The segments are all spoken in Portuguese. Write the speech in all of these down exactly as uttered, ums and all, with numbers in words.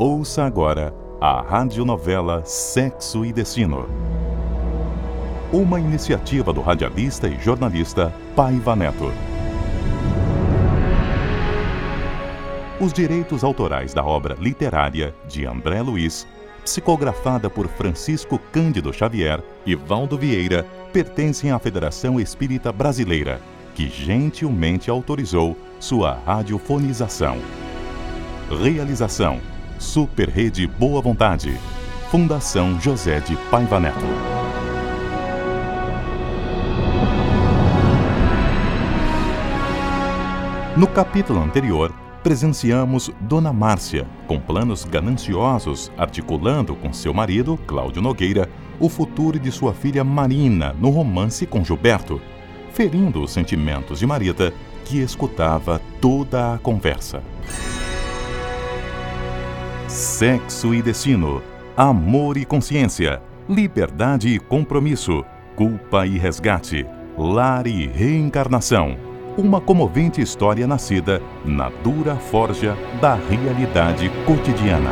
Ouça agora a radionovela Sexo e Destino. Uma iniciativa do radialista e jornalista Paiva Neto. Os direitos autorais da obra literária de André Luiz, psicografada por Francisco Cândido Xavier e Valdo Vieira, pertencem à Federação Espírita Brasileira, que gentilmente autorizou sua radiofonização. Realização: Super Rede Boa Vontade. Fundação José de Paiva Neto. No capítulo anterior, presenciamos Dona Márcia, com planos gananciosos, articulando com seu marido, Cláudio Nogueira, o futuro de sua filha Marina no romance com Gilberto, ferindo os sentimentos de Marita, que escutava toda a conversa. Sexo e destino, amor e consciência, liberdade e compromisso, culpa e resgate, lar e reencarnação. Uma comovente história nascida na dura forja da realidade cotidiana.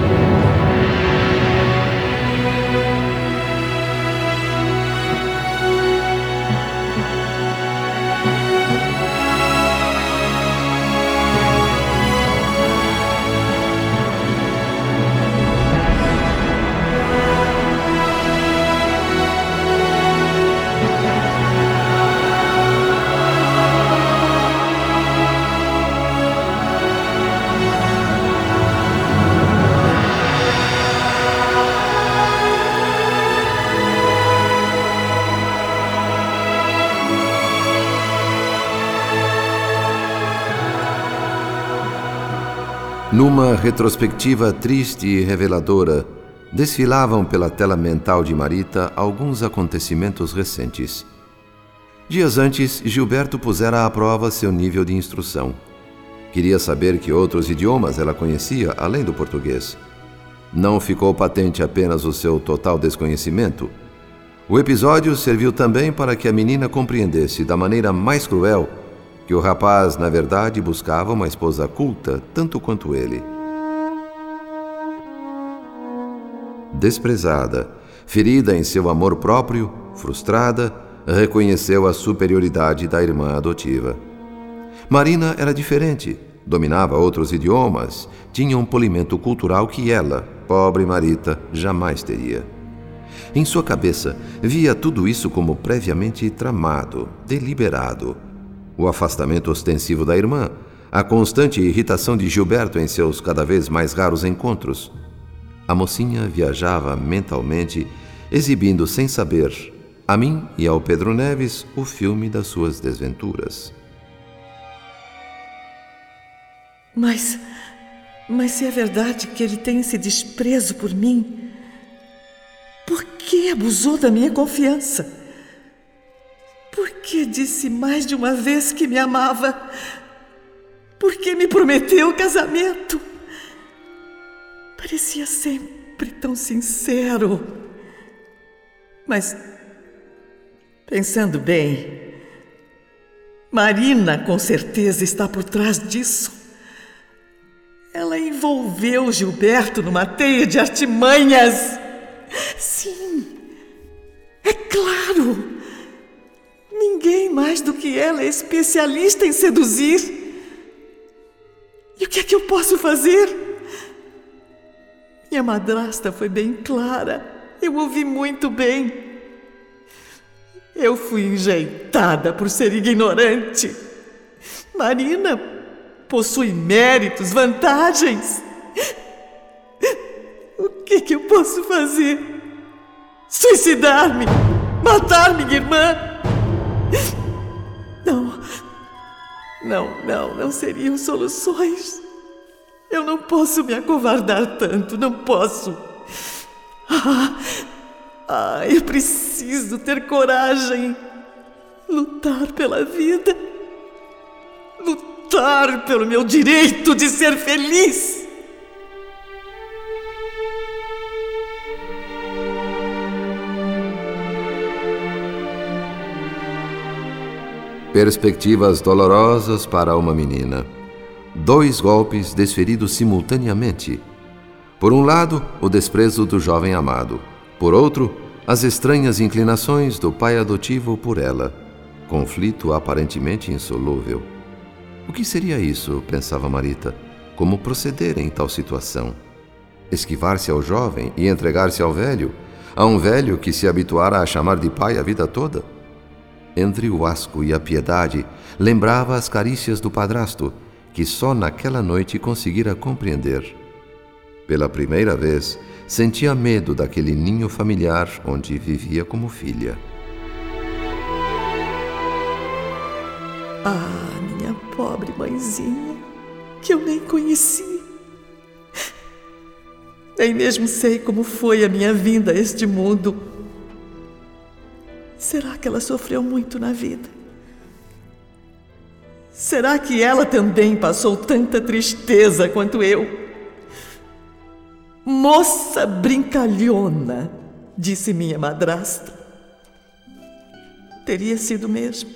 Numa retrospectiva triste e reveladora, desfilavam pela tela mental de Marita alguns acontecimentos recentes. Dias antes, Gilberto pusera à prova seu nível de instrução. Queria saber que outros idiomas ela conhecia, além do português. Não ficou patente apenas o seu total desconhecimento. O episódio serviu também para que a menina compreendesse, da maneira mais cruel, que o rapaz, na verdade, buscava uma esposa culta, tanto quanto ele. Desprezada, ferida em seu amor próprio, frustrada, reconheceu a superioridade da irmã adotiva. Marina era diferente, dominava outros idiomas, tinha um polimento cultural que ela, pobre Marita, jamais teria. Em sua cabeça, via tudo isso como previamente tramado, deliberado. O afastamento ostensivo da irmã, a constante irritação de Gilberto em seus cada vez mais raros encontros. A mocinha viajava mentalmente, exibindo sem saber, a mim e ao Pedro Neves, o filme das suas desventuras. Mas, mas se é verdade que ele tem esse desprezo por mim, por que abusou da minha confiança? Por que disse mais de uma vez que me amava? Por que me prometeu o casamento? Parecia sempre tão sincero. Mas, pensando bem, Marina com certeza está por trás disso. Ela envolveu Gilberto numa teia de artimanhas. Sim, é claro. Ninguém mais do que ela é especialista em seduzir. E o que é que eu posso fazer? Minha madrasta foi bem clara. Eu ouvi muito bem. Eu fui enjeitada por ser ignorante. Marina possui méritos, vantagens. O que é que eu posso fazer? Suicidar-me? Matar minha irmã? Não, não, não, não seriam soluções. Eu não posso me acovardar tanto, não posso. Ah, ah, eu preciso ter coragem, lutar pela vida, lutar pelo meu direito de ser feliz. Perspectivas dolorosas para uma menina. Dois golpes desferidos simultaneamente. Por um lado, o desprezo do jovem amado. Por outro, as estranhas inclinações do pai adotivo por ela. Conflito aparentemente insolúvel. O que seria isso, pensava Marita? Como proceder em tal situação? Esquivar-se ao jovem e entregar-se ao velho? A um velho que se habituara a chamar de pai a vida toda? Entre o asco e a piedade, lembrava as carícias do padrasto, que só naquela noite conseguira compreender. Pela primeira vez, sentia medo daquele ninho familiar onde vivia como filha. Ah, minha pobre mãezinha, que eu nem conheci. Nem mesmo sei como foi a minha vinda a este mundo. Será que ela sofreu muito na vida? Será que ela também passou tanta tristeza quanto eu? Moça brincalhona, disse minha madrasta. Teria sido mesmo.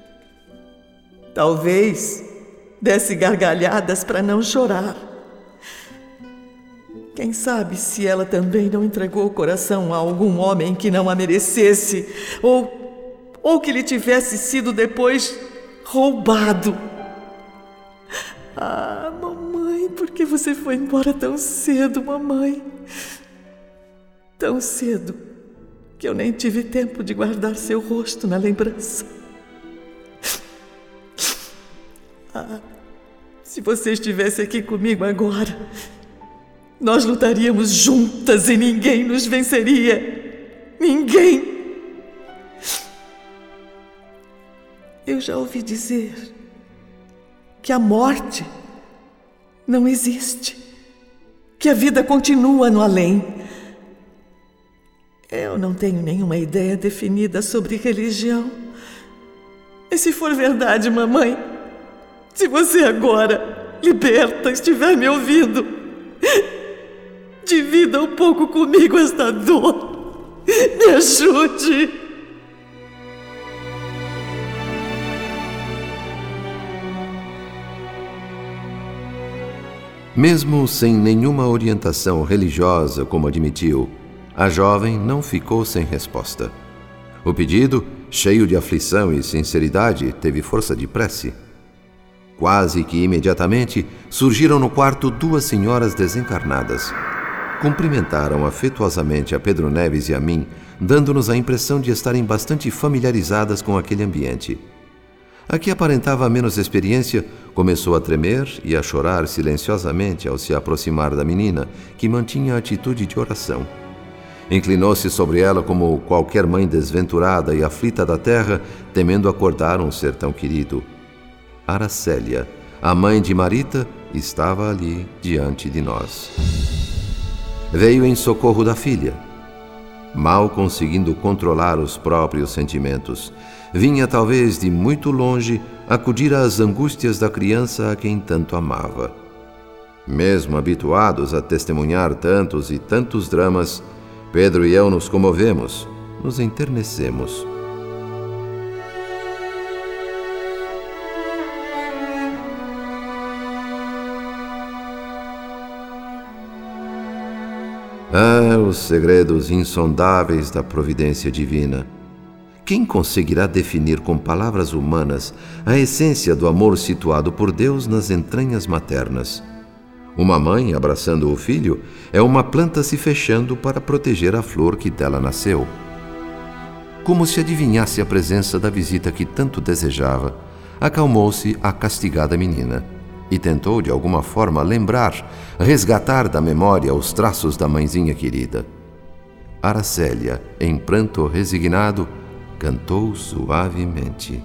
Talvez desse gargalhadas para não chorar. Quem sabe se ela também não entregou o coração a algum homem que não a merecesse, ou, ou que lhe tivesse sido depois roubado. Ah, mamãe, por que você foi embora tão cedo, mamãe? Tão cedo que eu nem tive tempo de guardar seu rosto na lembrança. Ah, se você estivesse aqui comigo agora, nós lutaríamos juntas e ninguém nos venceria. Ninguém. Eu já ouvi dizer que a morte não existe, que a vida continua no além. Eu não tenho nenhuma ideia definida sobre religião. E se for verdade, mamãe, se você agora, liberta, estiver me ouvindo, divida um pouco comigo esta dor. Me ajude. Mesmo sem nenhuma orientação religiosa, como admitiu, a jovem não ficou sem resposta. O pedido, cheio de aflição e sinceridade, teve força de prece. Quase que imediatamente surgiram no quarto duas senhoras desencarnadas. Cumprimentaram afetuosamente a Pedro Neves e a mim, dando-nos a impressão de estarem bastante familiarizadas com aquele ambiente. A que aparentava menos experiência começou a tremer e a chorar silenciosamente ao se aproximar da menina, que mantinha a atitude de oração. Inclinou-se sobre ela como qualquer mãe desventurada e aflita da terra, temendo acordar um ser tão querido. Aracélia, a mãe de Marita, estava ali diante de nós. Veio em socorro da filha. Mal conseguindo controlar os próprios sentimentos, vinha talvez de muito longe acudir às angústias da criança a quem tanto amava. Mesmo habituados a testemunhar tantos e tantos dramas, Pedro e eu nos comovemos, nos enternecemos. Ah, os segredos insondáveis da providência divina. Quem conseguirá definir com palavras humanas a essência do amor situado por Deus nas entranhas maternas? Uma mãe abraçando o filho é uma planta se fechando para proteger a flor que dela nasceu. Como se adivinhasse a presença da visita que tanto desejava, acalmou-se a castigada menina e tentou de alguma forma lembrar, resgatar da memória os traços da mãezinha querida. Aracélia, em pranto resignado, cantou suavemente.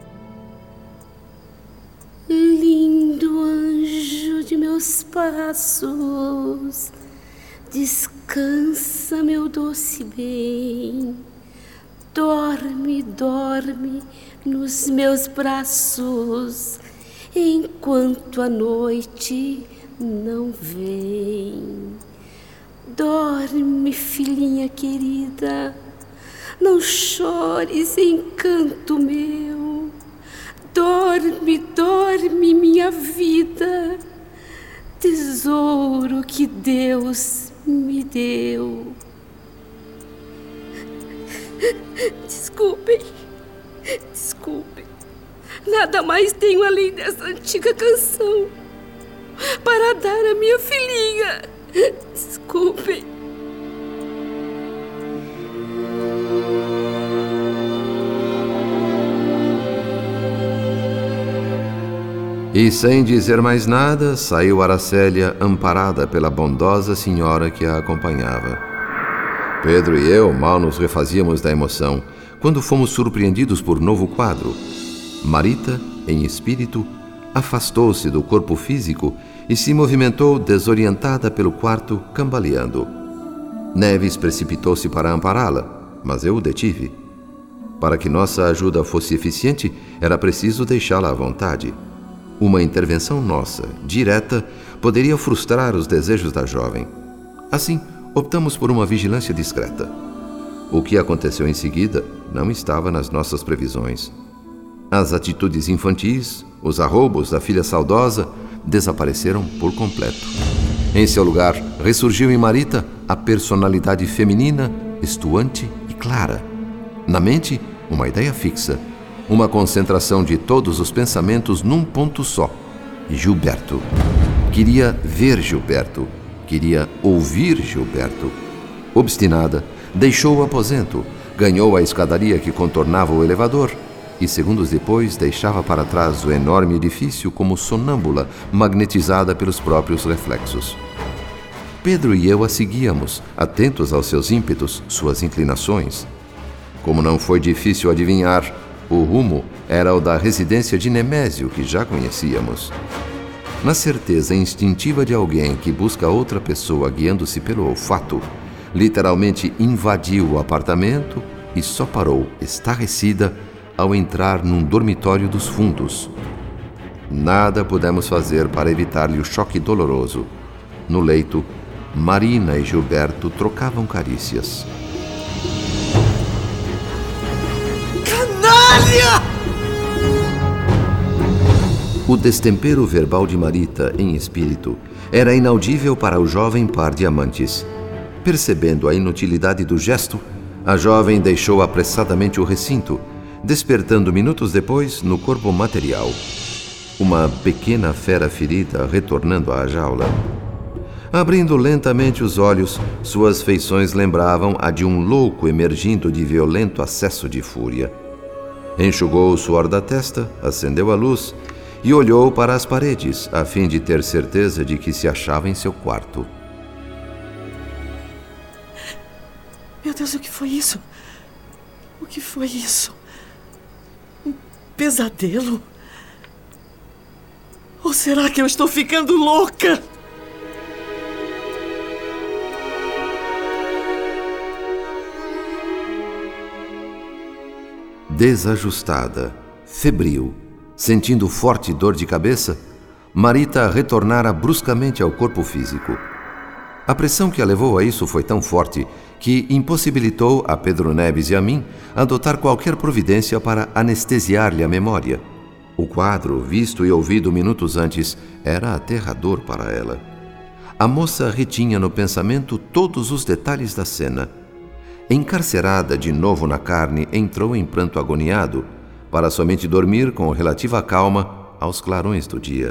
Lindo anjo de meus passos, descansa, meu doce bem. Dorme, dorme nos meus braços, enquanto a noite não vem. Dorme, filhinha querida, não chores, encanto meu. Dorme, dorme, minha vida. tesouro que Deus me deu. Desculpem, desculpem. Nada mais tenho além dessa antiga canção para dar à minha filhinha. Desculpem. E sem dizer mais nada, saiu Aracélia amparada pela bondosa senhora que a acompanhava. Pedro e eu mal nos refazíamos da emoção quando fomos surpreendidos por novo quadro. Marita, em espírito, afastou-se do corpo físico e se movimentou desorientada pelo quarto, cambaleando. Neves precipitou-se para ampará-la, mas eu o detive. Para que nossa ajuda fosse eficiente, era preciso deixá-la à vontade. Uma intervenção nossa, direta, poderia frustrar os desejos da jovem. Assim, optamos por uma vigilância discreta. O que aconteceu em seguida não estava nas nossas previsões. As atitudes infantis, os arroubos da filha saudosa, desapareceram por completo. Em seu lugar, ressurgiu em Marita a personalidade feminina, estuante e clara. Na mente, uma ideia fixa, uma concentração de todos os pensamentos num ponto só: Gilberto. Queria ver Gilberto, queria ouvir Gilberto. Obstinada, deixou o aposento, ganhou a escadaria que contornava o elevador e, segundos depois, deixava para trás o enorme edifício como sonâmbula, magnetizada pelos próprios reflexos. Pedro e eu a seguíamos, atentos aos seus ímpetos, suas inclinações. Como não foi difícil adivinhar, o rumo era o da residência de Nemésio, que já conhecíamos. Na certeza instintiva de alguém que busca outra pessoa guiando-se pelo olfato, literalmente invadiu o apartamento e só parou, estarrecida, ao entrar num dormitório dos fundos. Nada pudemos fazer para evitar-lhe o choque doloroso. No leito, Marina e Gilberto trocavam carícias. Canalha! O destempero verbal de Marita, em espírito, era inaudível para o jovem par de amantes. Percebendo a inutilidade do gesto, a jovem deixou apressadamente o recinto, despertando minutos depois no corpo material. Uma pequena fera ferida retornando à jaula. Abrindo lentamente os olhos, suas feições lembravam a de um louco emergindo de violento acesso de fúria. Enxugou o suor da testa, acendeu a luz e olhou para as paredes, a fim de ter certeza de que se achava em seu quarto. Meu Deus, o que foi isso? O que foi isso? Um pesadelo? Ou será que eu estou ficando louca? Desajustada, febril, sentindo forte dor de cabeça, Marita retornara bruscamente ao corpo físico. A pressão que a levou a isso foi tão forte que impossibilitou a Pedro Neves e a mim adotar qualquer providência para anestesiar-lhe a memória. O quadro, visto e ouvido minutos antes, era aterrador para ela. A moça retinha no pensamento todos os detalhes da cena. Encarcerada de novo na carne, entrou em pranto agoniado, para somente dormir com relativa calma aos clarões do dia.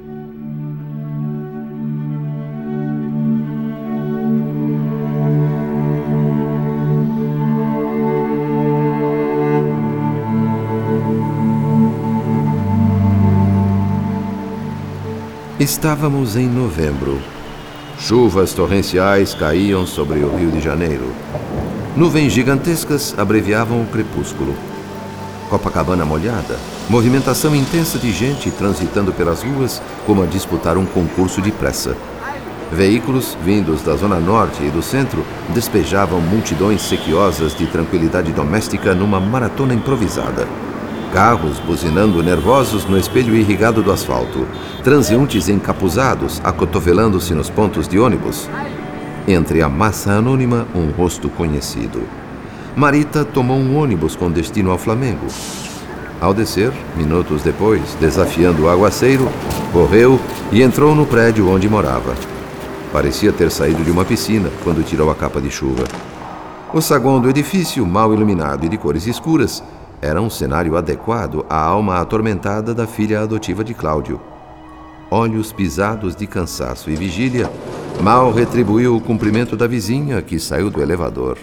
Estávamos em novembro. Chuvas torrenciais caíam sobre o Rio de Janeiro. Nuvens gigantescas abreviavam o crepúsculo. Copacabana molhada, movimentação intensa de gente transitando pelas ruas como a disputar um concurso de pressa. Veículos, vindos da zona norte e do centro, despejavam multidões sequiosas de tranquilidade doméstica numa maratona improvisada. Carros buzinando nervosos no espelho irrigado do asfalto. Transeuntes encapuzados, acotovelando-se nos pontos de ônibus. Entre a massa anônima, um rosto conhecido. Marita tomou um ônibus com destino ao Flamengo. Ao descer, minutos depois, desafiando o aguaceiro, correu e entrou no prédio onde morava. Parecia ter saído de uma piscina quando tirou a capa de chuva. O saguão do edifício, mal iluminado e de cores escuras, era um cenário adequado à alma atormentada da filha adotiva de Cláudio. Olhos pisados de cansaço e vigília, mal retribuiu o cumprimento da vizinha que saiu do elevador.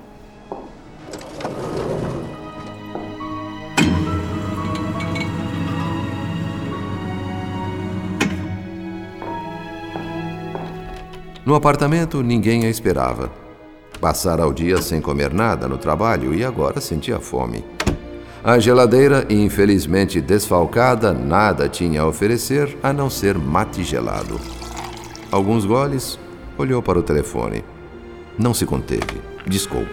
No apartamento, ninguém a esperava. Passara o dia sem comer nada no trabalho e agora sentia fome. A geladeira, infelizmente desfalcada, nada tinha a oferecer a não ser mate gelado. Alguns goles, olhou para o telefone. Não se conteve, discou.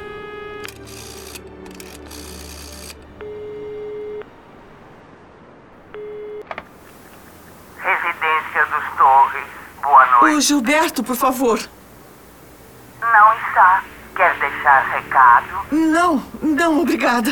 Residência dos Torres. Boa noite. Ô, Gilberto, por favor. Não está. Quer deixar recado? Não, não, obrigada.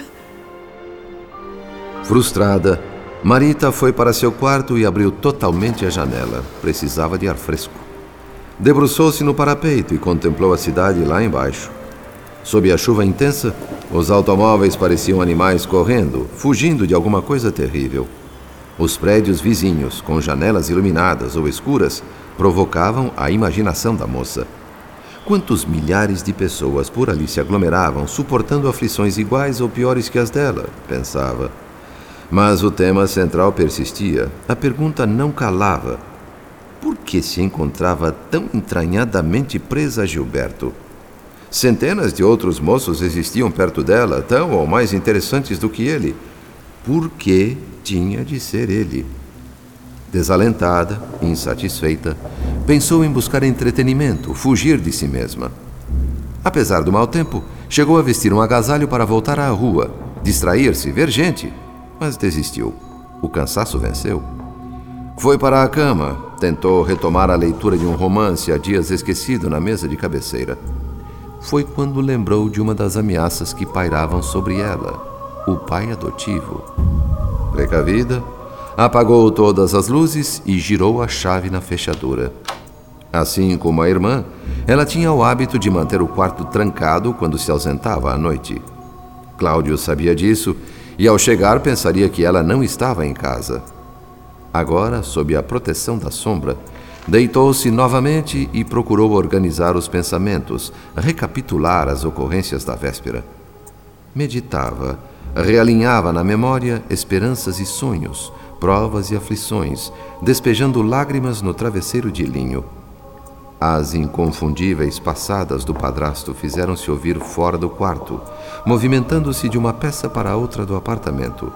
Frustrada, Marita foi para seu quarto e abriu totalmente a janela. Precisava de ar fresco. Debruçou-se no parapeito e contemplou a cidade lá embaixo. Sob a chuva intensa, os automóveis pareciam animais correndo, fugindo de alguma coisa terrível. Os prédios vizinhos, com janelas iluminadas ou escuras, provocavam a imaginação da moça. Quantos milhares de pessoas por ali se aglomeravam, suportando aflições iguais ou piores que as dela, pensava. Mas o tema central persistia. A pergunta não calava. Por que se encontrava tão entranhadamente presa a Gilberto? Centenas de outros moços existiam perto dela, tão ou mais interessantes do que ele. Por que tinha de ser ele? Desalentada, insatisfeita, pensou em buscar entretenimento, fugir de si mesma. Apesar do mau tempo, chegou a vestir um agasalho para voltar à rua, distrair-se, ver gente, mas desistiu. O cansaço venceu. Foi para a cama, tentou retomar a leitura de um romance há dias esquecido na mesa de cabeceira. Foi quando lembrou de uma das ameaças que pairavam sobre ela, o pai adotivo. Precavida, apagou todas as luzes e girou a chave na fechadura. Assim como a irmã, ela tinha o hábito de manter o quarto trancado quando se ausentava à noite. Cláudio sabia disso e, ao chegar, pensaria que ela não estava em casa. Agora, sob a proteção da sombra, deitou-se novamente e procurou organizar os pensamentos, recapitular as ocorrências da véspera. Meditava, realinhava na memória esperanças e sonhos, provas e aflições, despejando lágrimas no travesseiro de linho. As inconfundíveis passadas do padrasto fizeram-se ouvir fora do quarto, movimentando-se de uma peça para a outra do apartamento.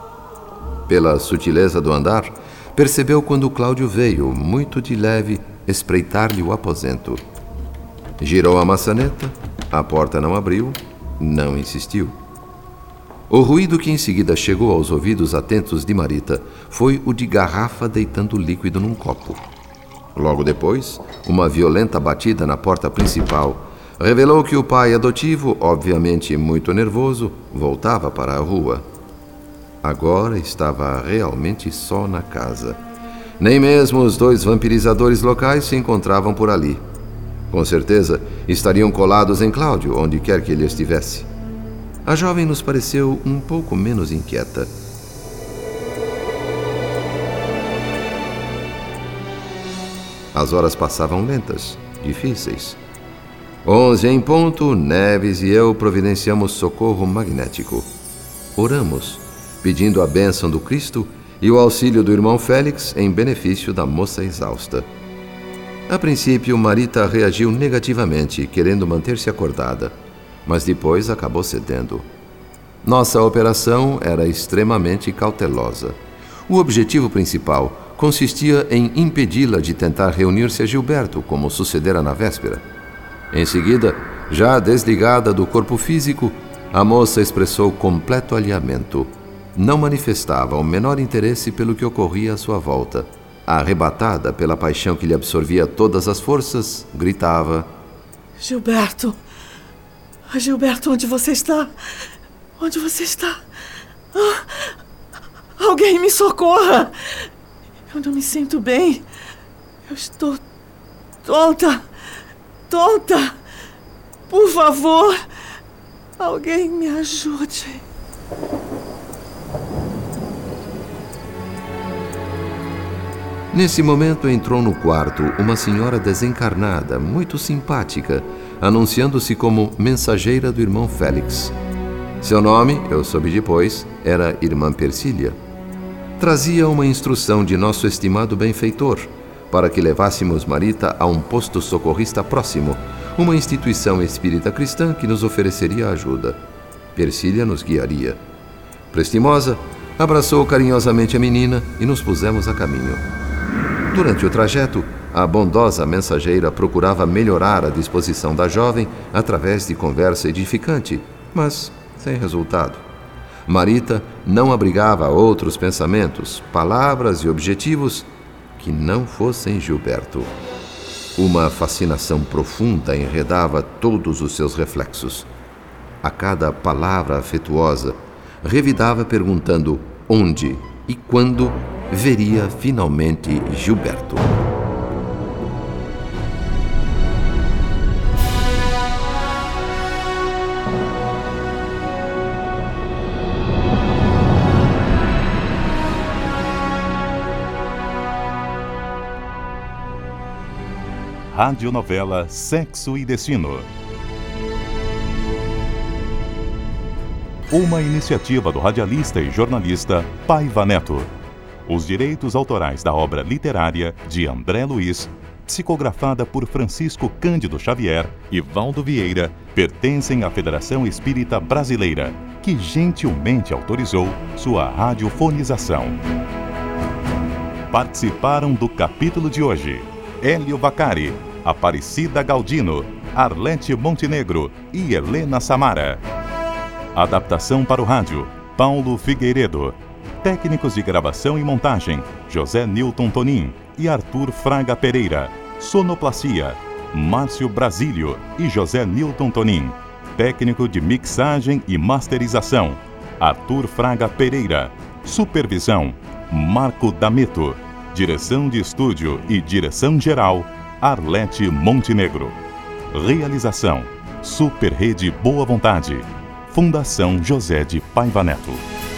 Pela sutileza do andar, percebeu quando Cláudio veio, muito de leve, espreitar-lhe o aposento. Girou a maçaneta, a porta não abriu, não insistiu. O ruído que em seguida chegou aos ouvidos atentos de Marita foi o de garrafa deitando líquido num copo. Logo depois, uma violenta batida na porta principal revelou que o pai adotivo, obviamente muito nervoso, voltava para a rua. Agora estava realmente só na casa. Nem mesmo os dois vampirizadores locais se encontravam por ali. Com certeza, estariam colados em Cláudio, onde quer que ele estivesse. A jovem nos pareceu um pouco menos inquieta. As horas passavam lentas, difíceis. Onze em ponto, Neves e eu providenciamos socorro magnético. Oramos, pedindo a bênção do Cristo e o auxílio do irmão Félix em benefício da moça exausta. A princípio, Marita reagiu negativamente, querendo manter-se acordada, mas depois acabou cedendo. Nossa operação era extremamente cautelosa. O objetivo principal consistia em impedi-la de tentar reunir-se a Gilberto, como sucedera na véspera. Em seguida, já desligada do corpo físico, a moça expressou completo alinhamento. Não manifestava o menor interesse pelo que ocorria à sua volta. Arrebatada pela paixão que lhe absorvia todas as forças, gritava: Gilberto! Gilberto, onde você está? Onde você está? Ah, Alguém me socorra! Eu não me sinto bem. Eu estou tonta. Tonta. Por favor, alguém me ajude. Nesse momento entrou no quarto uma senhora desencarnada, muito simpática, anunciando-se como mensageira do irmão Félix. Seu nome, eu soube depois, era Irmã Persília. Trazia uma instrução de nosso estimado benfeitor, para que levássemos Marita a um posto socorrista próximo, uma instituição espírita cristã que nos ofereceria ajuda. Persília nos guiaria. Prestimosa, abraçou carinhosamente a menina e nos pusemos a caminho. Durante o trajeto, a bondosa mensageira procurava melhorar a disposição da jovem através de conversa edificante, mas sem resultado. Marita não abrigava outros pensamentos, palavras e objetivos que não fossem Gilberto. Uma fascinação profunda enredava todos os seus reflexos. A cada palavra afetuosa, revidava perguntando onde e quando veria finalmente Gilberto. Radionovela Sexo e Destino. Uma iniciativa do radialista e jornalista Paiva Neto. Os direitos autorais da obra literária de André Luiz, psicografada por Francisco Cândido Xavier e Valdo Vieira, pertencem à Federação Espírita Brasileira, que gentilmente autorizou sua radiofonização. Participaram do capítulo de hoje Hélio Vacari, Aparecida Galdino, Arlete Montenegro e Helena Samara. Adaptação para o rádio, Paulo Figueiredo. Técnicos de gravação e montagem, José Nilton Tonin e Arthur Fraga Pereira. Sonoplastia, Márcio Brasílio e José Nilton Tonin. Técnico de mixagem e masterização, Arthur Fraga Pereira. Supervisão, Marco D'Ameto. Direção de estúdio e direção geral, Arlete Montenegro. Realização, Super Rede Boa Vontade. Fundação José de Paiva Neto.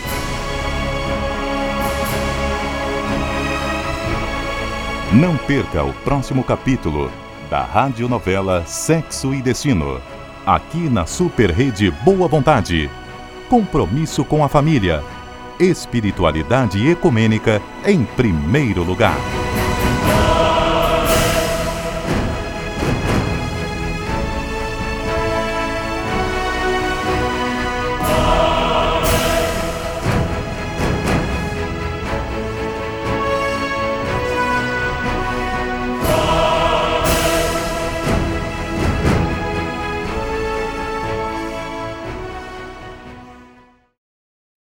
Não perca o próximo capítulo da radionovela Sexo e Destino, aqui na Super Rede Boa Vontade. Compromisso com a família. Espiritualidade ecumênica em primeiro lugar.